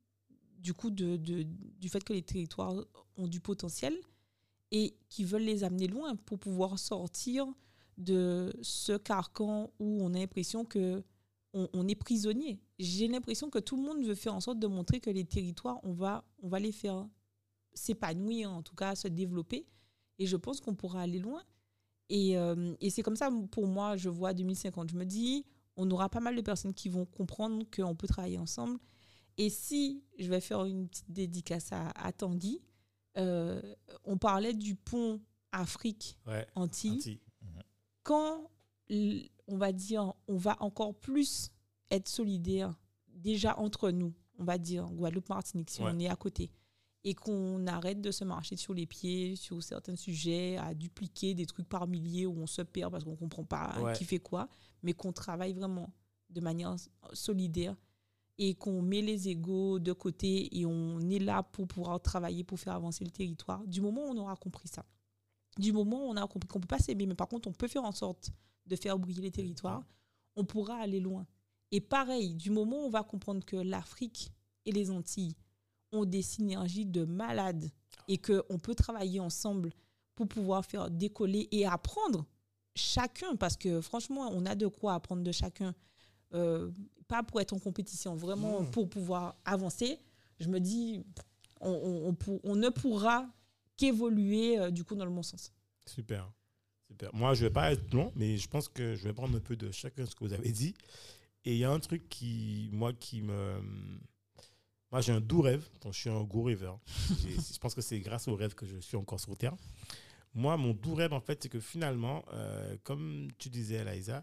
fait que les territoires ont du potentiel et qui veulent les amener loin pour pouvoir sortir de ce carcan où on a l'impression qu'on est prisonnier. J'ai l'impression que tout le monde veut faire en sorte de montrer que les territoires, on va les faire s'épanouir, en tout cas se développer. Et je pense qu'on pourra aller loin. Et c'est comme ça, pour moi, je vois 2050. Je me dis, on aura pas mal de personnes qui vont comprendre qu'on peut travailler ensemble. Et si, je vais faire une petite dédicace à Tanguy, on parlait du pont Afrique-Antilles. Quand, on va dire, on va encore plus être solidaires, déjà entre nous, on va dire, Guadeloupe-Martinique, si on est à côté, et qu'on arrête de se marcher sur les pieds sur certains sujets, à dupliquer des trucs par milliers où on se perd parce qu'on ne comprend pas qui fait quoi, mais qu'on travaille vraiment de manière solidaire et qu'on met les égos de côté et on est là pour pouvoir travailler, pour faire avancer le territoire. Du moment où on aura compris ça, du moment où on a compris qu'on ne peut pas s'aimer, mais par contre, on peut faire en sorte de faire briller les territoires, on pourra aller loin. Et pareil, du moment où on va comprendre que l'Afrique et les Antilles ont des synergies de malades et qu'on peut travailler ensemble pour pouvoir faire décoller et apprendre chacun, parce que franchement, on a de quoi apprendre de chacun, pas pour être en compétition, vraiment pour pouvoir avancer. Je me dis, on ne pourra qu'évoluer du coup dans le bon sens. Super. Moi, je ne vais pas être long, mais je pense que je vais prendre un peu de chacun ce que vous avez dit. Et il y a un truc Moi, j'ai un doux rêve, donc je suis un gros rêveur. Je pense que c'est grâce au rêve que je suis encore sur Terre. Moi, mon doux rêve, en fait, c'est que finalement, comme tu disais, Laïsa,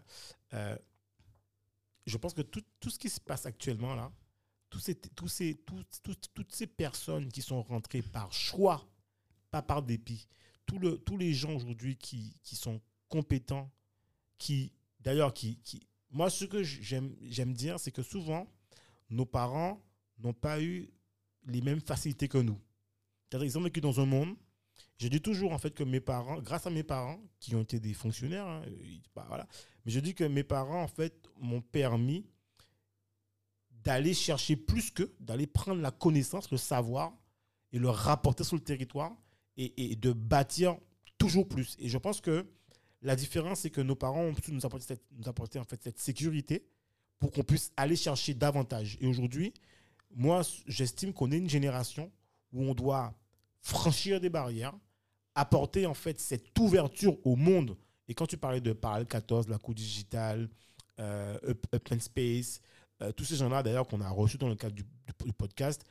je pense que tout ce qui se passe actuellement, là, toutes ces personnes qui sont rentrées par choix, pas par dépit, tous les gens aujourd'hui qui sont compétents, moi, ce que j'aime dire, c'est que souvent, nos parents n'ont pas eu les mêmes facilités que nous. C'est-à-dire qu'ils ont vécu dans un monde. Je dis toujours en fait que mes parents, grâce à mes parents, qui ont été des fonctionnaires, voilà, mais je dis que mes parents en fait m'ont permis d'aller chercher plus qu'eux, d'aller prendre la connaissance, le savoir et le rapporter sur le territoire et de bâtir toujours plus. Et je pense que la différence, c'est que nos parents ont pu nous apporter en fait cette sécurité pour qu'on puisse aller chercher davantage. Et aujourd'hui, moi, j'estime qu'on est une génération où on doit franchir des barrières, apporter en fait cette ouverture au monde. Et quand tu parlais de Parallèle 14, la Coupe digitale, Open Space, tous ces gens-là d'ailleurs qu'on a reçus dans le cadre du podcast,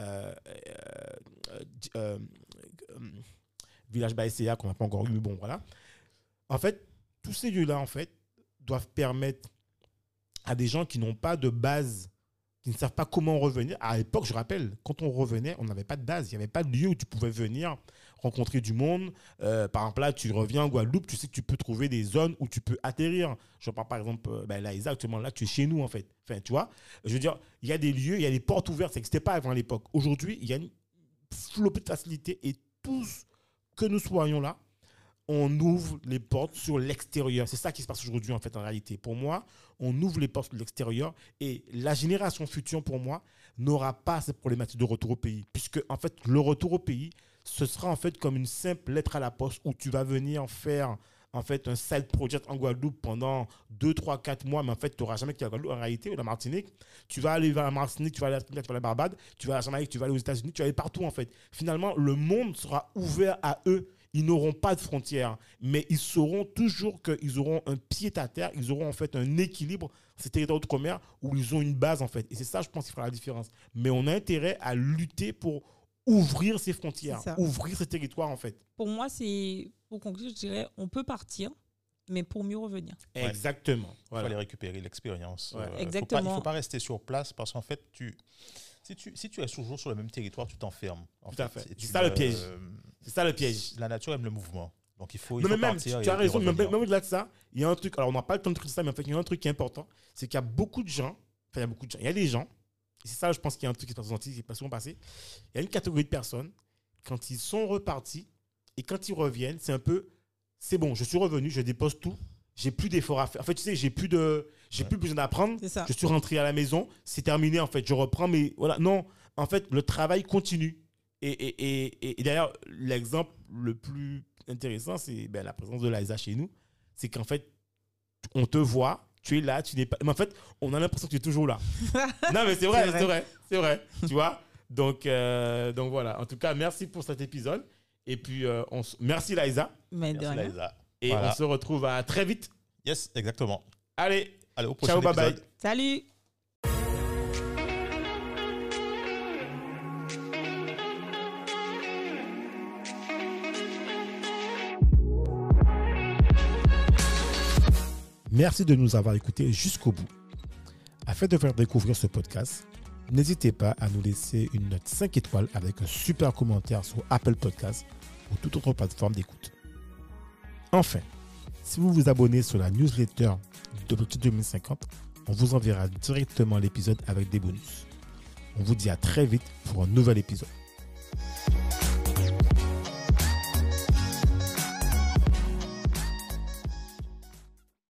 Village Baïséa qu'on n'a pas encore eu, mais bon voilà. En fait, tous ces lieux-là en fait doivent permettre à des gens qui n'ont pas de base, qui ne savent pas comment revenir. À l'époque, je rappelle, quand on revenait, on n'avait pas de base. Il n'y avait pas de lieu où tu pouvais venir rencontrer du monde. Par exemple, là, tu reviens en Guadeloupe, tu sais que tu peux trouver des zones où tu peux atterrir. Je parle par exemple, là, exactement, là, tu es chez nous, en fait. Enfin, tu vois, je veux dire, il y a des lieux, il y a des portes ouvertes. Ça n'existait pas avant à l'époque. Aujourd'hui, il y a une flopée de facilité et tous que nous soyons là, on ouvre les portes sur l'extérieur. C'est ça qui se passe aujourd'hui, en fait, en réalité. Pour moi, on ouvre les portes sur l'extérieur et la génération future, pour moi, n'aura pas cette problématique de retour au pays. Puisque, en fait, le retour au pays, ce sera, en fait, comme une simple lettre à la poste où tu vas venir faire, en fait, un side project en Guadeloupe pendant 2, 3, 4 mois, mais en fait, tu n'auras jamais quitté la Guadeloupe, en réalité, ou la Martinique. Tu vas aller vers la Martinique, tu vas aller à la Barbade, tu vas à la Jamaïque, tu vas aller aux États-Unis, tu vas aller partout, en fait. Finalement, le monde sera ouvert à eux. Ils n'auront pas de frontières, mais ils sauront toujours qu'ils auront un pied à terre, ils auront en fait un équilibre, ces territoires d'outre-mer où ils ont une base en fait. Et c'est ça, je pense, qui fera la différence. Mais on a intérêt à lutter pour ouvrir ces frontières, ouvrir ces territoires en fait. Pour moi, pour conclure, je dirais, on peut partir, mais pour mieux revenir. Exactement. Il faut aller récupérer l'expérience. Exactement. Il ne faut pas rester sur place parce qu'en fait, si tu es toujours sur le même territoire, tu t'enfermes. Tout à fait. C'est ça le piège. C'est ça le piège. La nature aime le mouvement. Donc il faut partir. Tu as raison, même au-delà de ça, il y a un truc, alors on n'a pas le temps de traiter ça, mais en fait, il y a un truc qui est important, c'est qu'il y a beaucoup de gens, il y a des gens c'est ça, je pense qu'il y a un truc qui n'est pas souvent passé. Il y a une catégorie de personnes, quand ils sont repartis et quand ils reviennent, c'est un peu, c'est bon, je suis revenu, je dépose tout, j'ai plus d'efforts à faire. En fait, tu sais, j'ai plus besoin d'apprendre. Je suis rentré à la maison, c'est terminé, en fait, je reprends, mais voilà, non, en fait, le travail continue. Et d'ailleurs, l'exemple le plus intéressant, c'est la présence de Liza chez nous. C'est qu'en fait, on te voit, tu es là, tu n'es pas. Mais en fait, on a l'impression que tu es toujours là. Non, mais c'est vrai. Tu vois? Donc voilà. En tout cas, merci pour cet épisode. Et puis, merci Liza. Merci Liza. Et on se retrouve à très vite. Yes, exactement. Allez, au prochain ciao, épisode. Bye. Salut. Merci de nous avoir écoutés jusqu'au bout. Afin de faire découvrir ce podcast, n'hésitez pas à nous laisser une note 5 étoiles avec un super commentaire sur Apple Podcasts ou toute autre plateforme d'écoute. Enfin, si vous vous abonnez sur la newsletter d'Objectif 2050, on vous enverra directement l'épisode avec des bonus. On vous dit à très vite pour un nouvel épisode.